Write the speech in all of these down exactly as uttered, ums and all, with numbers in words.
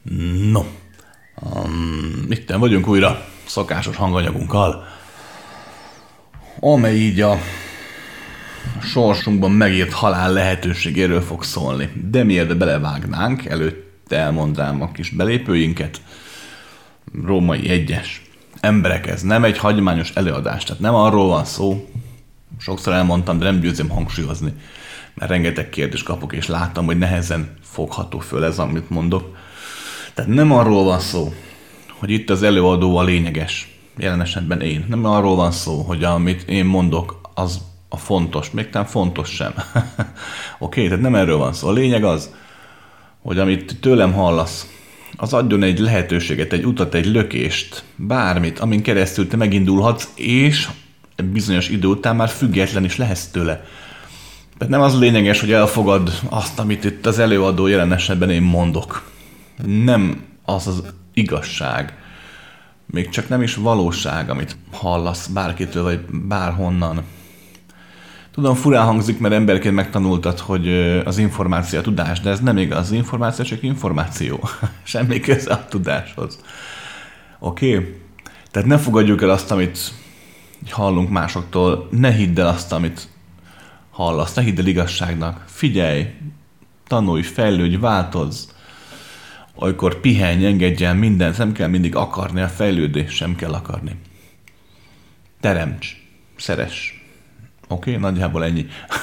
No, um, itten vagyunk újra szokásos hanganyagunkkal, amely így a sorsunkban megírt halál lehetőségéről fog szólni. De miért belevágnánk, előtte elmondanám a kis belépőinket. Római egyes. Emberek, ez nem egy hagyományos előadás, tehát nem arról van szó, sokszor elmondtam, de nem győzöm hangsúlyozni, mert rengeteg kérdést kapok, és láttam, hogy nehezen fogható föl ez, amit mondok. Tehát nem arról van szó, hogy itt az előadó a lényeges, jelen esetben én. Nem arról van szó, hogy amit én mondok, az a fontos, még talán fontos sem. Oké, okay, tehát nem erről van szó. A lényeg az, hogy amit tőlem hallasz, az adjon egy lehetőséget, egy utat, egy lökést, bármit, amin keresztül te megindulhatsz, és egy bizonyos idő után már független is lehetsz tőle. Tehát nem az lényeges, hogy elfogad azt, amit itt az előadó jelen esetben én mondok. Nem az az igazság, még csak nem is valóság, amit hallasz bárkitől, vagy bárhonnan. Tudom, furán hangzik, mert emberként megtanultad, hogy az információ a tudás, de ez nem igaz. Az információ csak információ. Semmi köze a tudáshoz. Oké? Okay? Tehát ne fogadjuk el azt, amit hallunk másoktól, ne hidd el azt, amit hallasz, ne hidd el igazságnak. Figyelj, tanulj, fejlődj, változz. Olykor pihenj, engedj el mindent, nem kell mindig akarni, a fejlődést sem kell akarni. Teremts, szeress. Oké, okay? Nagyjából ennyi,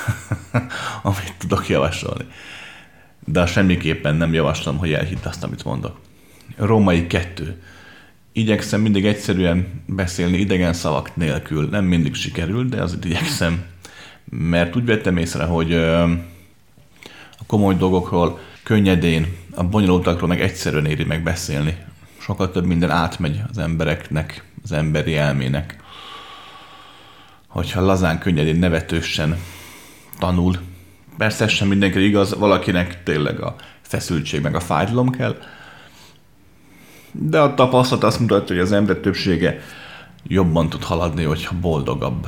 amit tudok javasolni. De semmiképpen nem javaslom, hogy elhidd azt, amit mondok. Római kettő. Igyekszem mindig egyszerűen beszélni idegen szavak nélkül. Nem mindig sikerül, de azért igyekszem. Mert úgy vettem észre, hogy a komoly dolgokról könnyedén, a bonyolultakról meg egyszerűen éri meg beszélni. Sokkal több minden átmegy az embereknek, az emberi elmének. Hogyha lazán, könnyedén, nevetősen tanul. Persze ez sem mindenkire igaz, valakinek tényleg a feszültség meg a fájdalom kell. De a tapasztalat azt mutatja, hogy az ember többsége jobban tud haladni, hogyha boldogabb.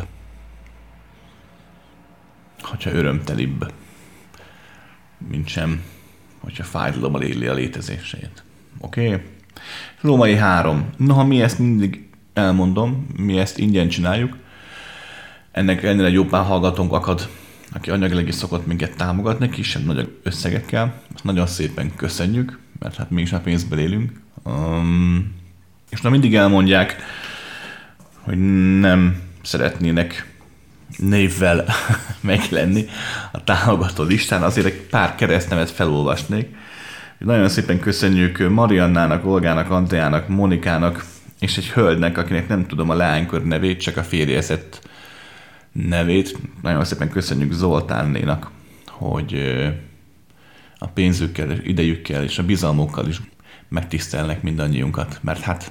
Hogyha örömtelibb. Mint sem, hogyha fájdalommal éli a létezését. Oké? Okay? Római három. Noha mi ezt mindig elmondom, mi ezt ingyen csináljuk. Ennek ennél egy jó pár hallgatónk akad, aki anyagileg is szokott minket támogatni, kisebb nagy összegekkel. Ezt nagyon szépen köszönjük, mert hát mi is a pénzből élünk. Um, és na mindig elmondják, hogy nem szeretnének névvel meglenni a támogató listán, azért egy pár keresztnevet felolvasnék. Nagyon szépen köszönjük Mariannának, Olgának, Andreának, Monikának, és egy hölgynek, akinek nem tudom a leánykör nevét, csak a férjezett nevét. Nagyon szépen köszönjük Zoltánnénak, hogy a pénzükkel, idejükkel és a bizalmukkal is megtisztelnek mindannyiunkat, mert hát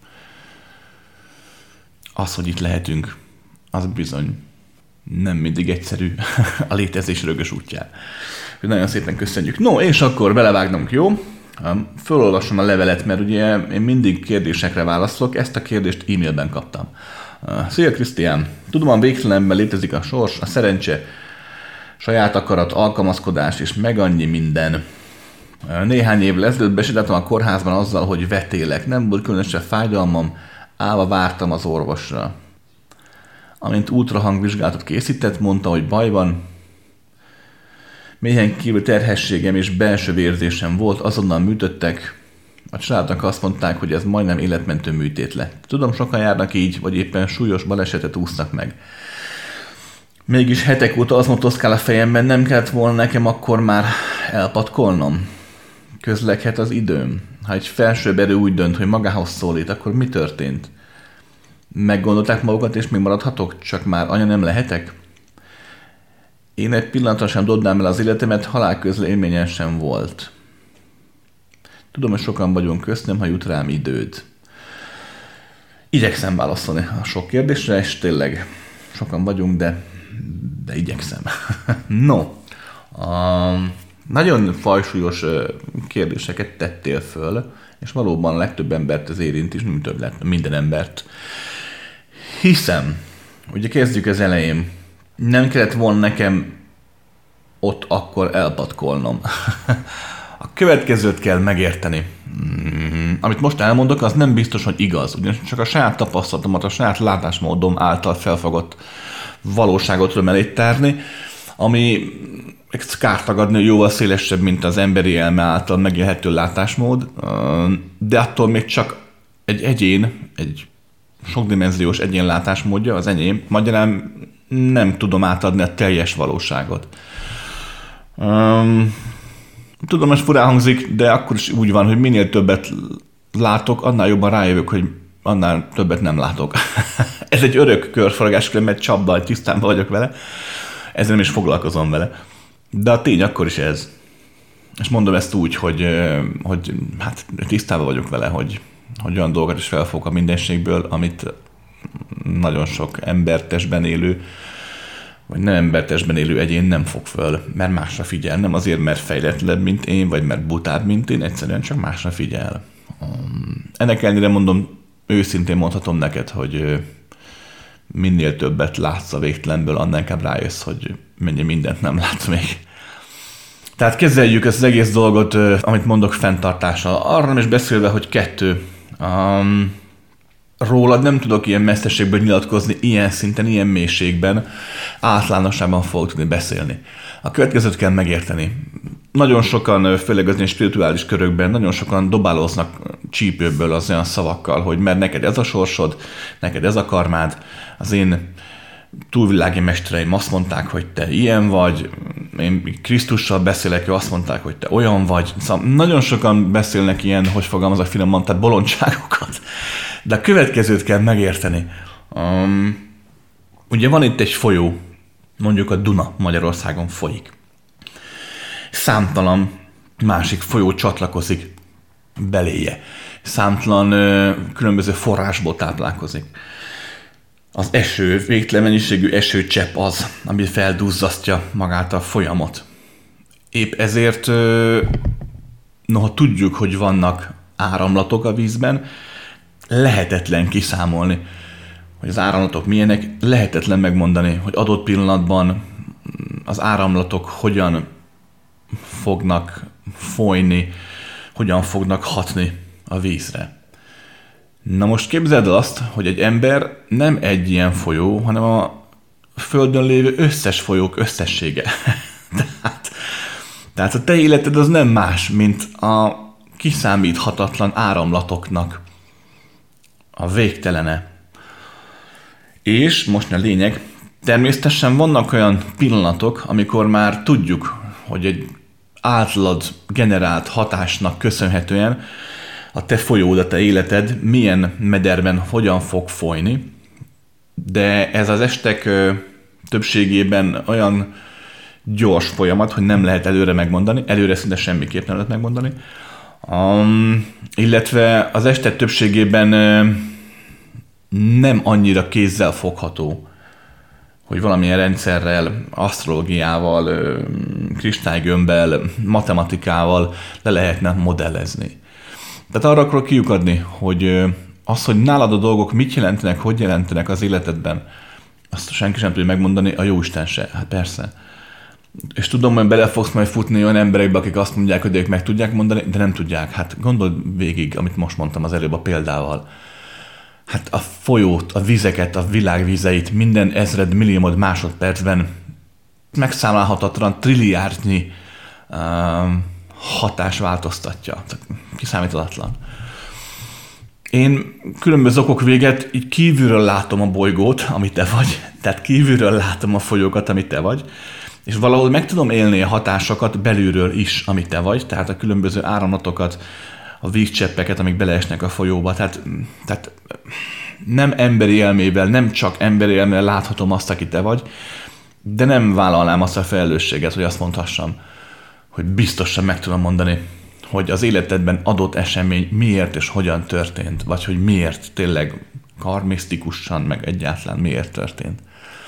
az, hogy itt lehetünk, az bizony nem mindig egyszerű a létezés rögös útján. Nagyon szépen köszönjük. No, és akkor belevágnunk, jó? Fölolvasom a levelet, mert ugye én mindig kérdésekre válaszolok, ezt a kérdést e-mailben kaptam. Szia Krisztián! Tudom, a végtelenben létezik a sors, a szerencse, saját akarat, alkalmazkodás és meg annyi minden. Néhány évvel ezelőtt besétáltam a kórházban azzal, hogy vetélek. Nem volt különösebb fájdalmam, állva vártam az orvosra. Amint ultrahangvizsgálatot készített, mondta, hogy baj van. Mélyen kívül terhességem és belső vérzésem volt, azonnal műtöttek. A családnak azt mondták, hogy ez majdnem életmentő műtét lett. Tudom, sokan járnak így, vagy éppen súlyos balesetet úsznak meg. Mégis hetek óta az motoszkál a fejemben, nem kellett volna nekem akkor már elpatkolnom. Közleghet az időm. Ha egy felsőbb erő úgy dönt, hogy magához szólít, akkor mi történt? Meggondolták magukat, és még maradhatok, csak már anya nem lehetek? Én egy pillanatra sem dobnám el az életemet, halálközlélményen sem volt. Tudom, hogy sokan vagyunk közt, nem ha jut rám időd. Igyekszem válaszolni a sok kérdésre, és tényleg sokan vagyunk, de, de igyekszem. No, um, nagyon fajsúlyos kérdéseket tettél föl, és valóban a legtöbb embert ez érint is, nem több lett, minden embert. Hiszem, ugye kezdjük az elején, nem kellett volna nekem ott akkor elpatkolnom. A következőt kell megérteni. amit most elmondok, az nem biztos, hogy igaz. Ugyanis csak a saját tapasztalatomat, a saját látásmódom által felfogott valóságot tudom elét tárni, ami kárt tagadni, jóval szélesebb, mint az emberi elme által megélhető látásmód, de attól még csak egy egyén, egy sokdimenziós egyén látásmódja, az enyém, magyarán nem tudom átadni a teljes valóságot. Um, tudom, hogy furán hangzik, de akkor is úgy van, hogy minél többet látok, annál jobban rájövök, hogy annál többet nem látok. Ez egy örök körforgás, mert csapban, tisztában vagyok vele, ezzel nem is foglalkozom vele. De a tény akkor is ez. És mondom ezt úgy, hogy, hogy hát tisztában vagyok vele, hogy, hogy olyan dolgokat is felfogok a mindenségből, amit nagyon sok embertestben élő, vagy nem embertestben élő egyén nem fog föl, mert másra figyel. Nem azért, mert fejletlenebb, mint én, vagy mert butább, mint én, egyszerűen csak másra figyel. Ennek ellenére mondom, őszintén mondhatom neked, hogy minél többet látsz a végtelenből, annál inkább rájössz, hogy mennyi mindent nem látsz még. Tehát kezeljük ezt az egész dolgot, amit mondok, fenntartással. Arra nem is beszélve, hogy kettő. Um, rólad nem tudok ilyen messzeségből nyilatkozni, ilyen szinten, ilyen mélységben, általánosságban fogok tudni beszélni. A következőt kell megérteni. Nagyon sokan, főleg az ilyen spirituális körökben, nagyon sokan dobálóznak csípőből az olyan szavakkal, hogy mert neked ez a sorsod, neked ez a karmád, az én túlvilági mestereim azt mondták, hogy te ilyen vagy, én Krisztussal beszélek, ő azt mondták, hogy te olyan vagy. Szóval nagyon sokan beszélnek ilyen, hogy fogalmazok finoman, tehát bolondságokat. De a következőt kell megérteni. Um, ugye van itt egy folyó, mondjuk a Duna Magyarországon folyik. Számtalan másik folyó csatlakozik beléje. Számtalan ö, különböző forrásból táplálkozik. Az eső, végtelen mennyiségű esőcsepp az, ami felduzzasztja magát a folyamot. Épp ezért, ö, noha tudjuk, hogy vannak áramlatok a vízben, lehetetlen kiszámolni, hogy az áramlatok milyenek, lehetetlen megmondani, hogy adott pillanatban az áramlatok hogyan fognak folyni, hogyan fognak hatni a vízre. Na most képzeld el azt, hogy egy ember nem egy ilyen folyó, hanem a Földön lévő összes folyók összessége. tehát, tehát a te életed az nem más, mint a kiszámíthatatlan áramlatoknak a végtelene. És most a lényeg, természetesen vannak olyan pillanatok, amikor már tudjuk, hogy egy általad generált hatásnak köszönhetően a te folyód, a te életed milyen mederben hogyan fog folyni, de ez az estek többségében olyan gyors folyamat, hogy nem lehet előre megmondani, előre szinte semmiképp nem lehet megmondani, um, illetve az estek többségében nem annyira kézzel fogható, hogy valamilyen rendszerrel, asztrológiával, kristálygömbbel, matematikával le lehetne modellezni. Tehát arra akarok kiukadni, hogy az, hogy nálad a dolgok mit jelentenek, hogy jelentenek az életedben, azt senki sem tudja megmondani, a Jóisten se. Hát persze. És tudom, hogy bele fogsz majd futni olyan emberekbe, akik azt mondják, hogy ők meg tudják mondani, de nem tudják. Hát gondold végig, amit most mondtam az előbb a példával. Hát a folyót, a vizeket, a világ vizeit minden ezred, milliómod másodpercben megszámlálhatatlan trilliárdnyi uh, hatás változtatja. Kiszámíthatatlan. Én különböző okok véget így kívülről látom a bolygót, amit te vagy, tehát kívülről látom a folyókat, amit te vagy, és valahol meg tudom élni a hatásokat belülről is, amit te vagy, tehát a különböző áramlatokat, a vízcseppeket, amik beleesnek a folyóba. Tehát, tehát nem emberi elmével, nem csak emberi elmével láthatom azt, aki te vagy, de nem vállalnám azt a felelősséget, hogy azt mondhassam, hogy biztosan meg tudom mondani, hogy az életedben adott esemény miért és hogyan történt, vagy hogy miért tényleg karmisztikusan, meg egyáltalán miért történt.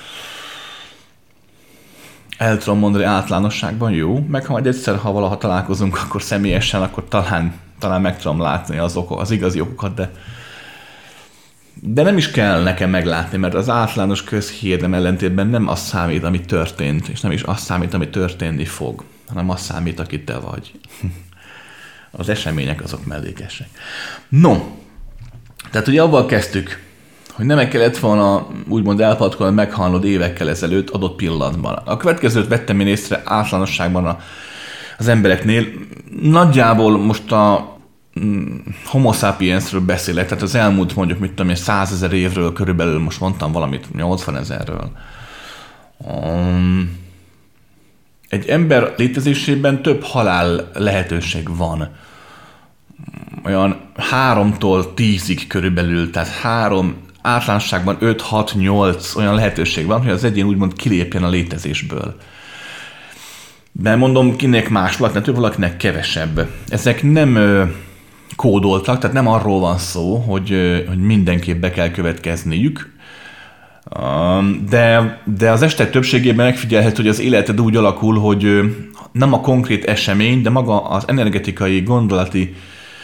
El tudom mondani általánosságban, jó, meg ha majd egyszer, ha valaha találkozunk, akkor személyesen, akkor talán, talán meg tudom látni az, okok, az igazi okokat, de, de nem is kell nekem meglátni, mert az általános közhiedelem ellentétben nem az számít, ami történt, és nem is az számít, ami történni fog, hanem az számít, aki te vagy. Az események azok mellékesek. No, tehát ugye avval kezdtük, hogy nem kellett volna úgymond elpatkolni, meghalnod évekkel ezelőtt adott pillanatban. A következőt vettem én észre általánosságban a, az embereknél. Nagyjából most a mm, homo sapiensről beszélek, tehát az elmúlt mondjuk, mit tudom én, százezer évről körülbelül, most mondtam valamit, nyolcvanezerről. Um, egy ember létezésében több halál lehetőség van. Olyan háromtól tízig körülbelül, tehát három, általánosságban öt, hat, nyolc olyan lehetőség van, hogy az egyén úgymond kilépjen a létezésből. De mondom, kinek más, valakinek több, valakinek kevesebb. Ezek nem ö, kódoltak, tehát nem arról van szó, hogy, ö, hogy mindenképp be kell következniük, um, de, de az estek többségében megfigyelhető, hogy az életed úgy alakul, hogy ö, nem a konkrét esemény, de maga az energetikai, gondolati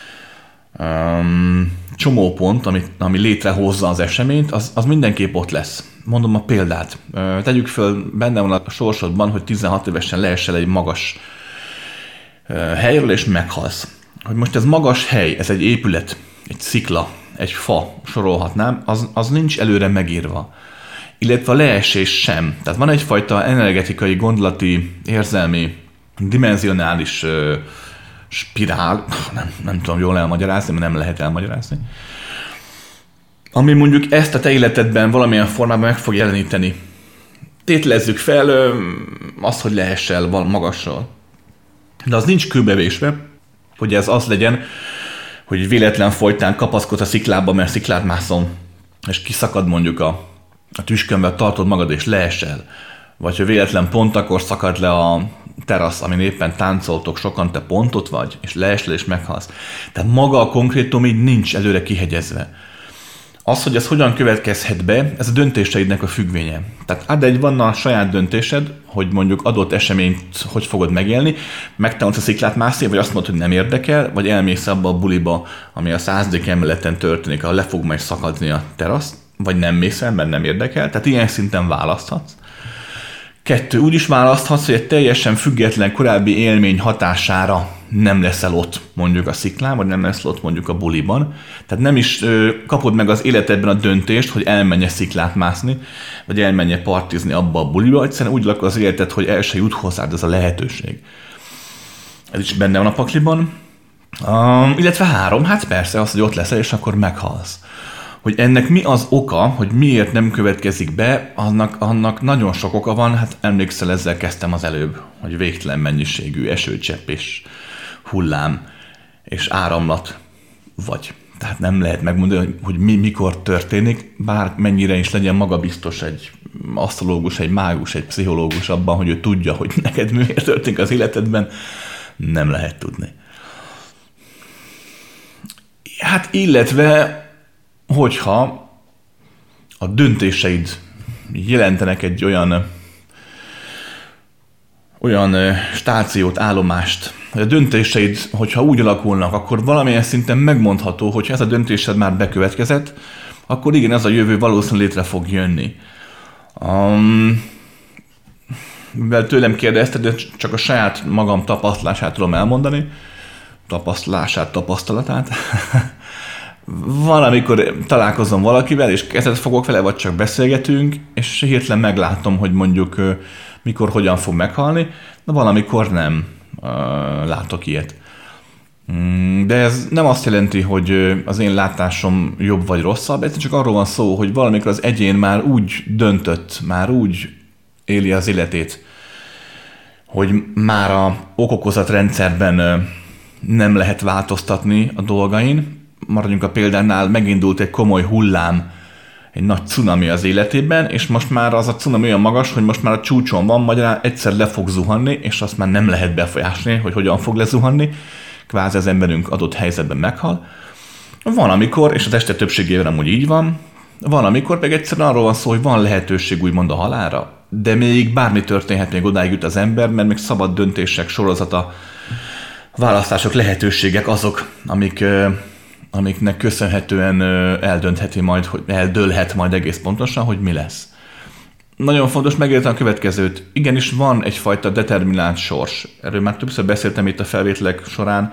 um, csomópont, ami, ami létrehozza az eseményt, az, az mindenképp ott lesz. Mondom a példát. Tegyük föl, benne van a sorsodban, hogy tizenhat évesen leesel egy magas helyről, és meghalsz. Hogy most ez magas hely, ez egy épület, egy szikla, egy fa, sorolhatnám, az, az nincs előre megírva. Illetve a leesés sem. Tehát van egyfajta energetikai, gondolati, érzelmi, dimenzionális spirál, nem, nem tudom jól elmagyarázni, mert nem lehet elmagyarázni, ami mondjuk ezt a te életedben valamilyen formában meg fog jeleníteni. Tételezzük fel azt, hogy leessel magasról. De az nincs kőbevésve, hogy ez az legyen, hogy véletlen folytán kapaszkodsz a sziklába, mert sziklát mászom, és kiszakad mondjuk a, a tüskönbe, tartod magad és leesel. Vagy hogy véletlen pont akkor szakad le a terasz, amin éppen táncoltok, sokan te pontot vagy, és leesel és meghalsz. Tehát maga a konkrétum így nincs előre kihegyezve. Az, hogy ez hogyan következhet be, ez a döntéseidnek a függvénye. Tehát ad egy van a saját döntésed, hogy mondjuk adott eseményt hogy fogod megélni, megtanulsz a sziklát mászni, vagy azt mondod, hogy nem érdekel, vagy elmész abba a buliba, ami a századik emeleten történik, ahol le fog majd szakadni a terasz, vagy nem mész el, mert nem érdekel. Tehát ilyen szinten választhatsz. Kettő, úgy is választhatsz, hogy egy teljesen független korábbi élmény hatására nem leszel ott mondjuk a sziklán, vagy nem leszel ott mondjuk a buliban. Tehát nem is ö, kapod meg az életedben a döntést, hogy elmenj sziklát mászni, vagy elmenj partizni abba a buliba, egyszerűen úgy lakod az életed, hogy el se jut hozzád ez a lehetőség. Ez is benne van a pakliban. Um, illetve három, hát persze az, hogy ott leszel, és akkor meghalsz. Hogy ennek mi az oka, hogy miért nem következik be, annak, annak nagyon sok oka van, hát emlékszel, ezzel kezdtem az előbb, hogy végtelen mennyiségű esőcsepp és hullám és áramlat vagy. Tehát nem lehet megmondani, hogy mi mikor történik, bár mennyire is legyen magabiztos egy asztrológus, egy mágus, egy pszichológus abban, hogy ő tudja, hogy neked miért történik az életedben, nem lehet tudni. Hát illetve hogyha a döntéseid jelentenek egy olyan, olyan stációt, állomást, hogy a döntéseid, hogyha úgy alakulnak, akkor valamilyen szinten megmondható, hogy ha ez a döntésed már bekövetkezett, akkor igen, ez a jövő valószínűleg létre fog jönni. Um, mivel tőlem kérdezted, de csak a saját magam tapasztalását tudom elmondani, tapasztalását, tapasztalatát. Valamikor találkozom valakivel, és kezet fogok vele, vagy csak beszélgetünk, és hirtelen meglátom, hogy mondjuk mikor, hogyan fog meghalni, de valamikor nem uh, látok ilyet. De ez nem azt jelenti, hogy az én látásom jobb vagy rosszabb, ez csak arról van szó, hogy valamikor az egyén már úgy döntött, már úgy éli az életét, hogy már a okokozat rendszerben nem lehet változtatni a dolgain. Maradjunk a példánál, megindult egy komoly hullám, egy nagy cunami az életében, és most már az a cunami olyan magas, hogy most már a csúcson van, magyarán egyszer le fog zuhanni, és azt már nem lehet befolyásolni, hogy hogyan fog lezuhanni. Kvázi az emberünk adott helyzetben meghal. Van amikor, és a teste többségében amúgy így van, van amikor meg egyszerűen arról van szó, hogy van lehetőség úgymond a halálra, de még bármi történhet, még odáig jut az ember, mert még szabad döntések sorozata, választások, lehetőségek azok, amik, amiknek köszönhetően eldöntheti majd, hogy eldőlhet majd egész pontosan, hogy mi lesz. Nagyon fontos megérteni a következőt. Igenis van egyfajta determinált sors. Erről már többször beszéltem itt a felvételek során,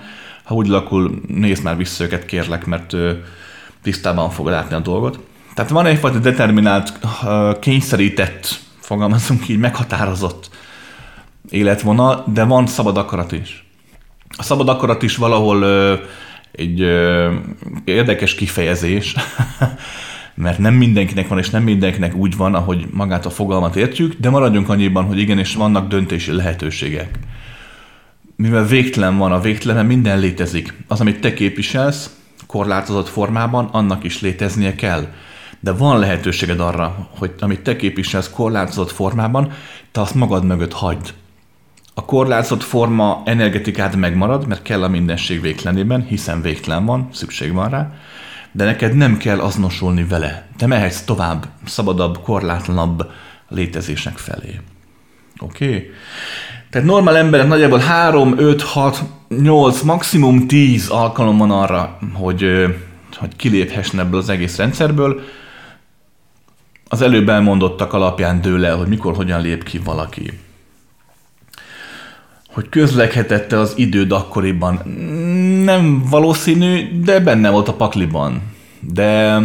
Ha úgy alakul, nézd már vissza őket, kérlek, mert tisztában fog látni a dolgot. Tehát van egyfajta determinált, kényszerített, fogalmazunk így, meghatározott életvonal, de van szabad akarat is. A szabad akarat is valahol egy érdekes kifejezés, mert nem mindenkinek van, és nem mindenkinek úgy van, ahogy magát a fogalmat értjük, de maradjunk annyiban, hogy igenis vannak döntési lehetőségek. Mivel végtelen van, a végtelenben minden létezik. Az, amit te képviselsz, korlátozott formában, annak is léteznie kell. De van lehetőséged arra, hogy amit te képviselsz korlátozott formában, te azt magad mögött hagyd. A korlátozott forma energetikád megmarad, mert kell a mindenség végtelenében, hiszen végtelen van, szükség van rá, de neked nem kell azonosulni vele. Te mehetsz tovább, szabadabb, korlátlanabb létezések felé. Oké? Okay? Tehát normál emberek nagyjából három, öt, hat, nyolc, maximum tíz alkalom van arra, hogy, hogy kiléphessen ebből az egész rendszerből. Az előbb elmondottak alapján dől el, hogy mikor, hogyan lép ki valaki. Hogy közleghetette az időd akkoriban. Nem valószínű, de benne volt a pakliban. De...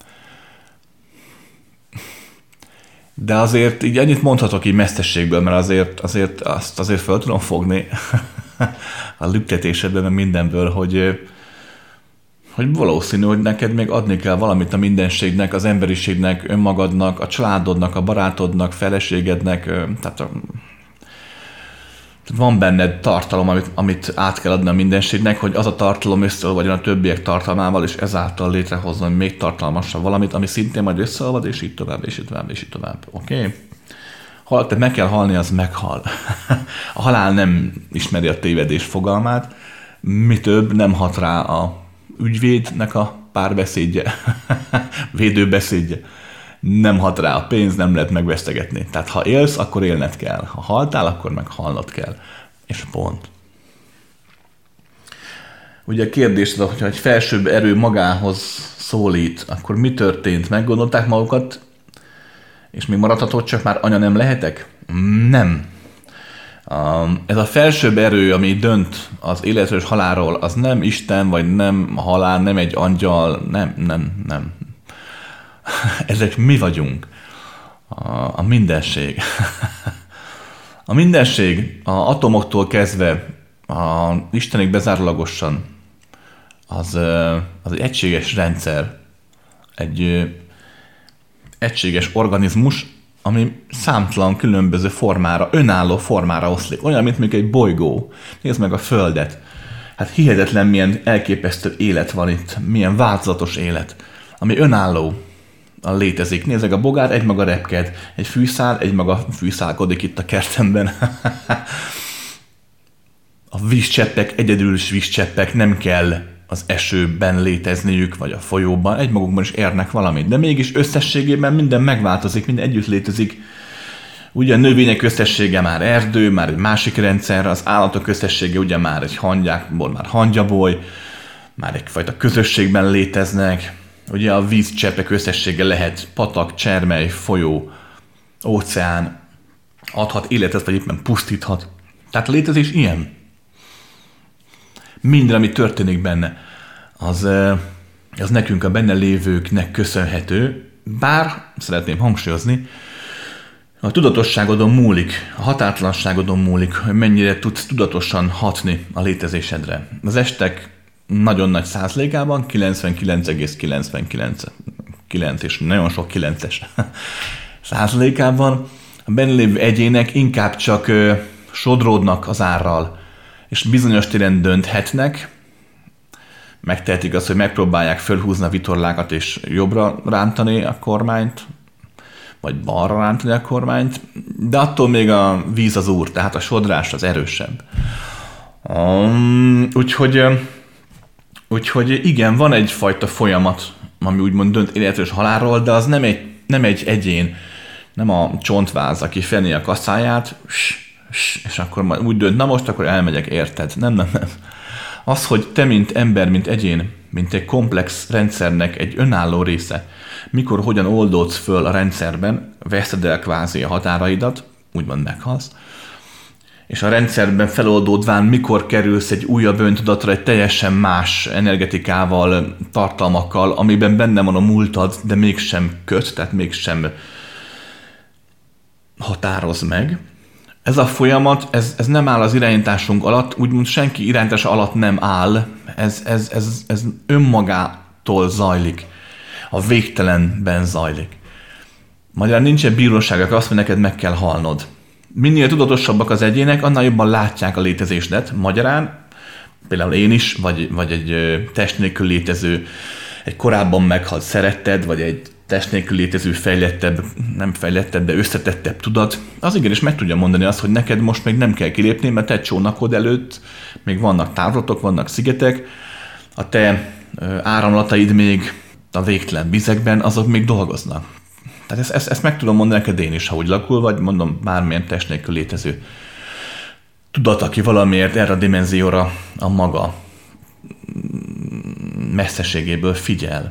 De azért így ennyit mondhatok így messzességből, mert azért, azért azt azért fel tudom fogni a lüktetésedben, mindenből, hogy, hogy valószínű, hogy neked még adni kell valamit a mindenségnek, az emberiségnek, önmagadnak, a családodnak, a barátodnak, feleségednek, tehát a, van benned tartalom, amit, amit át kell adni a mindenségnek, hogy az a tartalom összeolvadjon a többiek tartalmával, és ezáltal létrehozni még tartalmasabb valamit, ami szintén majd összeolvad, és így tovább, és így tovább, és így tovább. Oké? Okay? Ha te meg kell halni, az meghal. A halál nem ismeri a tévedés fogalmát, mi több nem hat rá a ügyvédnek a párbeszédje, védőbeszédje. Nem hat rá a pénz, nem lehet megvesztegetni. Tehát ha élsz, akkor élned kell. Ha haltál, akkor meg halnod kell. És pont. Ugye a kérdés az, hogyha egy felsőbb erő magához szólít, akkor mi történt? Meggondolták magukat, és még maradható, csak már anya nem lehetek? Nem. Ez a felsőbb erő, ami dönt az életről és halálról, az nem Isten, vagy nem halál, nem egy angyal, nem, nem, nem. Ezek mi vagyunk. A, a mindenség. A mindenség a atomoktól kezdve a Istenig bezárólagosan az, az egy egységes rendszer, egy egységes organizmus, ami számtalan különböző formára, önálló formára oszlik. Olyan, mint még egy bolygó. Nézd meg a Földet. Hát hihetetlen, milyen elképesztő élet van itt, milyen változatos élet, ami önálló. Létezik. Nézzek, a bogár egymaga repked, egy fűszál egymaga fűszálkodik itt a kertemben. A vízcseppek egyedül is vízcseppek, nem kell az esőben létezniük, vagy a folyóban, egymagukban is érnek valamit, de mégis összességében minden megváltozik, minden együtt létezik. Ugye a növények összessége már erdő, már egy másik rendszer, az állatok összessége ugye már egy hangyákból már hangyaboly, már egyfajta közösségben léteznek. Ugye a vízcseppek összessége lehet patak, csermely, folyó, óceán, adhat életet, vagy éppen pusztíthat. Tehát a létezés ilyen. Minden, ami történik benne, az, az nekünk, a benne lévőknek köszönhető, bár szeretném hangsúlyozni, a tudatosságodon múlik, a határtalanságodon múlik, hogy mennyire tudsz tudatosan hatni a létezésedre. Az estek nagyon nagy százalékában, kilencvenkilenc egész kilencvenkilenc és nagyon sok kilences százalékában a benne lévő egyének inkább csak ö, sodródnak az árral, és bizonyos téren dönthetnek, megtehetik azt, hogy megpróbálják fölhúzni a vitorlákat és jobbra rántani a kormányt, vagy balra rántani a kormányt, de attól még a víz az úr, tehát a sodrás az erősebb. Um, úgyhogy, úgyhogy igen, van egyfajta folyamat, ami úgymond dönt életről és halálról, de az nem egy, nem egy egyén, nem a csontváz, aki fenné a kaszáját, és akkor majd úgy dönt, na most akkor elmegyek, érted? Nem, nem, nem. Az, hogy te, mint ember, mint egyén, mint egy komplex rendszernek egy önálló része, mikor, hogyan oldódsz föl a rendszerben, veszed el kvázi a határaidat, úgymond meghalsz, és a rendszerben feloldódván mikor kerülsz egy újabb öntudatra, egy teljesen más energetikával, tartalmakkal, amiben benne van a múltad, de mégsem köt, tehát mégsem határoz meg. Ez a folyamat, ez, ez nem áll az irányításunk alatt, úgymond senki irányítása alatt nem áll, ez, ez, ez, ez önmagától zajlik, a végtelenben zajlik. Magyarán nincsen bíróság, aki azt mondja, neked meg kell halnod. Minél tudatosabbak az egyének, annál jobban látják a létezésdet. Magyarán, például én is, vagy, vagy egy test nélkül létező, egy korábban meghalt szeretted, vagy egy test nélkül létező fejlettebb, nem fejlettebb, de összetettebb tudat, az igenis meg tudja mondani azt, hogy neked most még nem kell kilépni, mert te csónakod előtt még vannak távlatok, vannak szigetek, a te áramlataid még a végtelen vizekben, azok még dolgoznak. Tehát ezt, ezt, ezt meg tudom mondani neked én is, ha úgy lakul, vagy mondom bármilyen test nélkül létező tudat, aki valamiért erre a dimenzióra a maga messzeségéből figyel.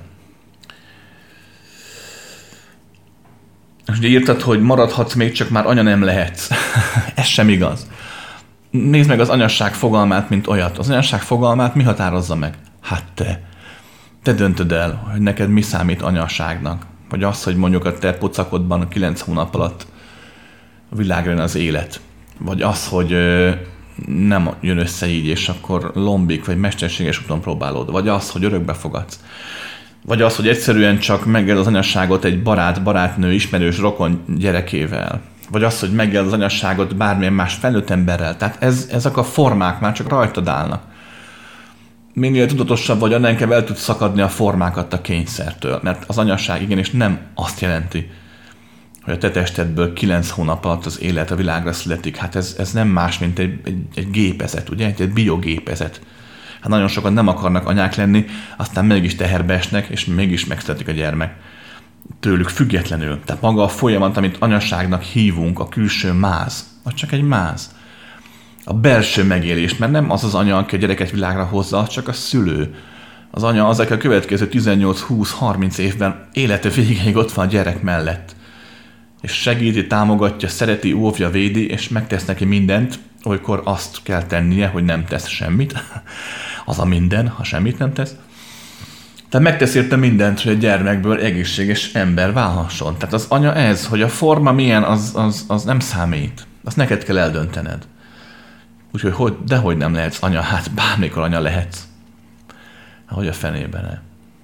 És ugye írtad, hogy maradhatsz még, csak már anya nem lehetsz. Ez sem igaz. Nézd meg az anyasság fogalmát, mint olyat. Az anyasság fogalmát mi határozza meg? Hát te. Te döntöd el, hogy neked mi számít anyaságnak. Vagy az, hogy mondjuk a te pocakodban a kilenc hónap alatt a világra jön az élet. Vagy az, hogy nem jön össze így, és akkor lombik, vagy mesterséges úton próbálod. Vagy az, hogy örökbe fogadsz. Vagy az, hogy egyszerűen csak megél az anyasságot egy barát, barátnő, ismerős, rokon gyerekével. Vagy az, hogy megél az anyasságot bármilyen más felnőtt emberrel. Tehát ez, ezek a formák már csak rajtad állnak. Minél tudatosabb vagy, annál inkább el tudsz szakadni a formákat a kényszertől. Mert az anyasság igenis nem azt jelenti, hogy a te testedből kilenc hónap alatt az élet a világra születik. Hát ez, ez nem más, mint egy, egy, egy gépezet, ugye? Egy biogépezet. Hát nagyon sokan nem akarnak anyák lenni, aztán mégis teherbe esnek, és mégis megszületik a gyermek. Tőlük függetlenül. Tehát maga a folyamat, amit anyaságnak hívunk, a külső máz, az csak egy máz. A belső megélés, mert nem az az anya, aki a gyereket világra hozza, csak a szülő. Az anya az, aki a következő tizennyolc húsz harminc évben élete végéig ott van a gyerek mellett. És segíti, támogatja, szereti, óvja, védi, és megtesz neki mindent, olykor azt kell tennie, hogy nem tesz semmit. Az a minden, ha semmit nem tesz. Tehát megtesz érte mindent, hogy a gyermekből egészséges ember válhasson. Tehát az anya ez, hogy a forma milyen, az, az, az nem számít. Azt neked kell eldöntened. Úgyhogy hogy, dehogy nem lehetsz anya, hát bármikor anya lehetsz. Ahogy a fenében ne.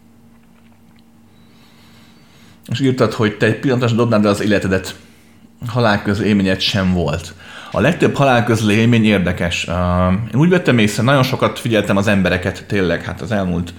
És írtad, hogy te egy pillanatban dobnád el az életedet. Halálközlő élményed sem volt. A legtöbb halálközlő élmény érdekes. Én úgy vettem észre, nagyon sokat figyeltem az embereket, tényleg, hát az elmúlt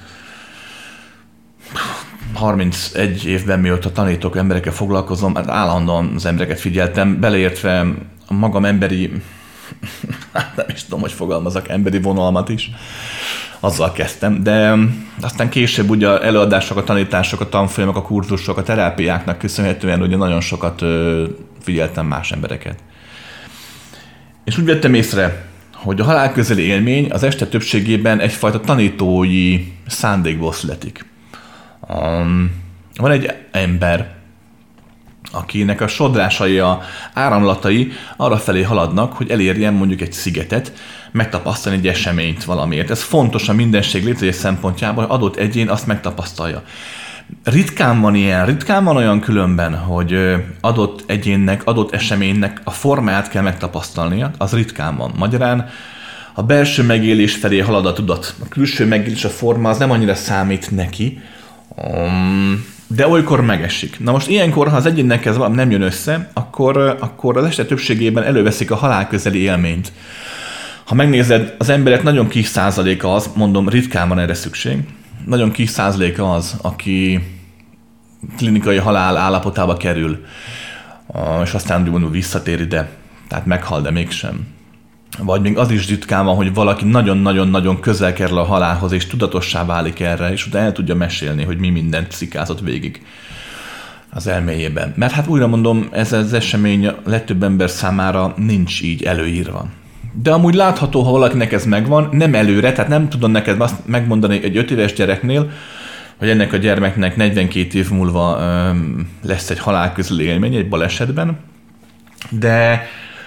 harmincegy évben, mióta tanítok, emberekkel foglalkozom, hát állandóan az embereket figyeltem, beleértve a magam emberi, hát nem is tudom, hogy fogalmazok, emberi vonalmat is. Azzal kezdtem, de aztán később ugye előadások, a tanítások, a tanfolyamok, a kurzusok, a terápiáknak köszönhetően ugye nagyon sokat figyeltem más embereket. És úgy vettem észre, hogy a halálközeli élmény az este többségében egyfajta tanítói szándékból születik. Um, van egy ember, akinek a sodrásai, a áramlatai arra felé haladnak, hogy elérjen mondjuk egy szigetet, megtapasztalni egy eseményt valamiért. Ez fontos a mindenség létezés szempontjából, hogy adott egyén azt megtapasztalja. Ritkán van ilyen, ritkán van olyan különben, hogy adott egyénnek, adott eseménynek a formáját kell megtapasztalnia, az ritkán van. Magyarán a belső megélés felé halad a tudat. A külső megélés, a forma, az nem annyira számít neki, de olykor megesik. Na most ilyenkor, ha az egyénnek ez valami nem jön össze, akkor, akkor az este többségében előveszik a halálközeli élményt. Ha megnézed, az emberek nagyon kis százaléka az, mondom, ritkán van erre szükség, nagyon kis százaléka az, aki klinikai halál állapotába kerül, és aztán úgy mondom, visszatér ide, tehát meghal, de mégsem. Vagy még az is ritkán van, hogy valaki nagyon-nagyon-nagyon közel kerül a halálhoz, és tudatossá válik erre, és utána el tudja mesélni, hogy mi mindent szikázott végig az elméjében. Mert hát újra mondom, ez az esemény a legtöbb ember számára nincs így előírva. De amúgy látható, ha valakinek ez megvan, nem előre, tehát nem tudom neked azt megmondani egy öt éves gyereknél, hogy ennek a gyermeknek negyvenkét év múlva öm, lesz egy halálközeli élmény egy balesetben, de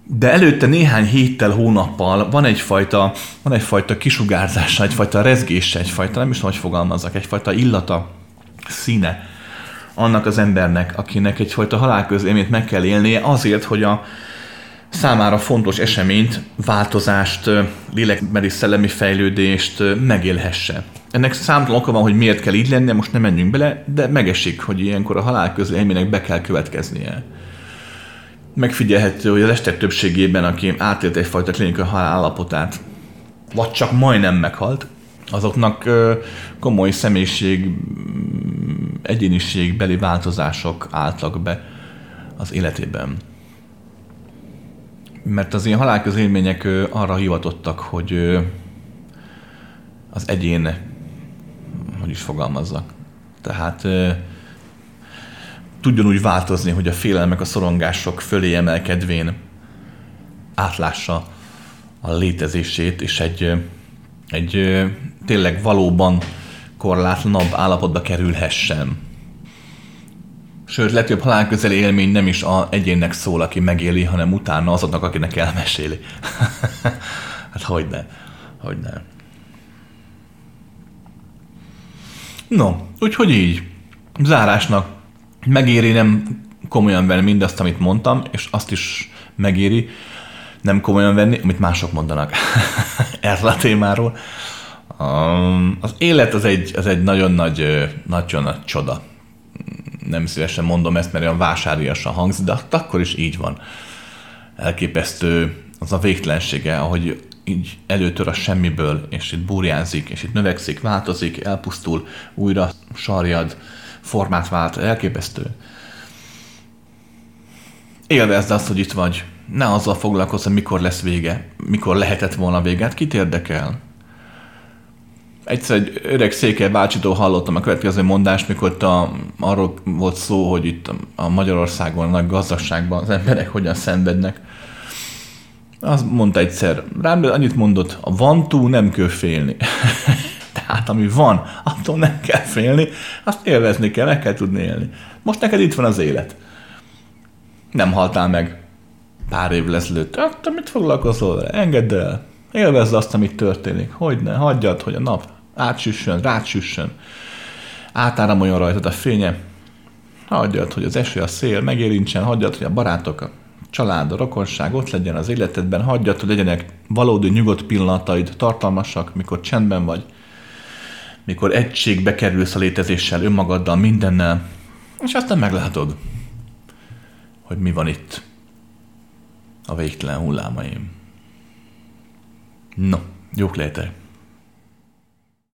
De előtte néhány héttel, hónappal van egyfajta, van egyfajta kisugárzása, egyfajta rezgése, egyfajta, nem is tudom, hogy fogalmazzak, egyfajta illata, színe annak az embernek, akinek egyfajta halálközélményt meg kell élnie azért, hogy a számára fontos eseményt, változást, lélekbeli szellemi fejlődést megélhesse. Ennek számtalan oka van, hogy miért kell így lennie, most nem menjünk bele, de megesik, hogy ilyenkor a halálközélménynek be kell következnie. Megfigyelhető, hogy az estek többségében, aki átélt egyfajta klinikai halál állapotát, vagy csak majdnem meghalt, azoknak komoly személyiség, egyéniségbeli változások álltak be az életében. Mert az ilyen halálközélmények arra hivatottak, hogy az egyén, hogy is fogalmazzak, tehát tudjon úgy változni, hogy a félelmek, a szorongások fölé emelkedvén átlássa a létezését, és egy, egy tényleg valóban korlátlanabb állapotba kerülhessen. Sőt, legtöbb halálközeli élmény nem is az egyénnek szól, aki megéli, hanem utána azoknak, akinek elmeséli. Hát hogyne, hogyne. No, úgyhogy így. Zárásnak megéri nem komolyan venni mindazt, amit mondtam, és azt is megéri nem komolyan venni, amit mások mondanak erről a témáról. Az élet az egy, az egy nagyon nagy, nagyon nagy csoda. Nem szívesen mondom ezt, mert olyan vásáriasan hangzik, de akkor is így van. Elképesztő az a végtelensége, ahogy így előtör a semmiből, és itt burjánzik, és itt növekszik, változik, elpusztul, újra sarjad, formát vált, elképesztő. Élvezd azt, hogy itt vagy. Ne azzal foglalkozz, hogy mikor lesz vége, mikor lehetett volna véget, kit érdekel? Egyszer egy öreg Székely bácsitól hallottam a következő mondást, mikor itt a, arról volt szó, hogy itt a Magyarországon, a nagy gazdagságban az emberek hogyan szenvednek. Azt mondta egyszer, rám annyit mondott, a van túl nem kell félni. Tehát ami van, attól nem kell félni, azt élvezni kell, meg kell tudni élni. Most neked itt van az élet. Nem haltál meg pár évvel ezelőtt. Te mit foglalkozol vele? Engedd el. Élvezd azt, amit történik. Hogyne, hagyjad, hogy a nap átsüssön, rátsüssön. Átáramoljon rajtad a fénye. Hagyjad, hogy az eső, a szél megérintsen. Hagyjad, hogy a barátok, a család, a rokonság ott legyen az életedben. Hagyjad, hogy legyenek valódi nyugodt pillanataid, tartalmasak, mikor csendben vagy. Mikor egységbe kerülsz a létezéssel, önmagaddal, mindennel. És aztán meglátod, hogy mi van itt a végtelen hullámaim. No, jók létek!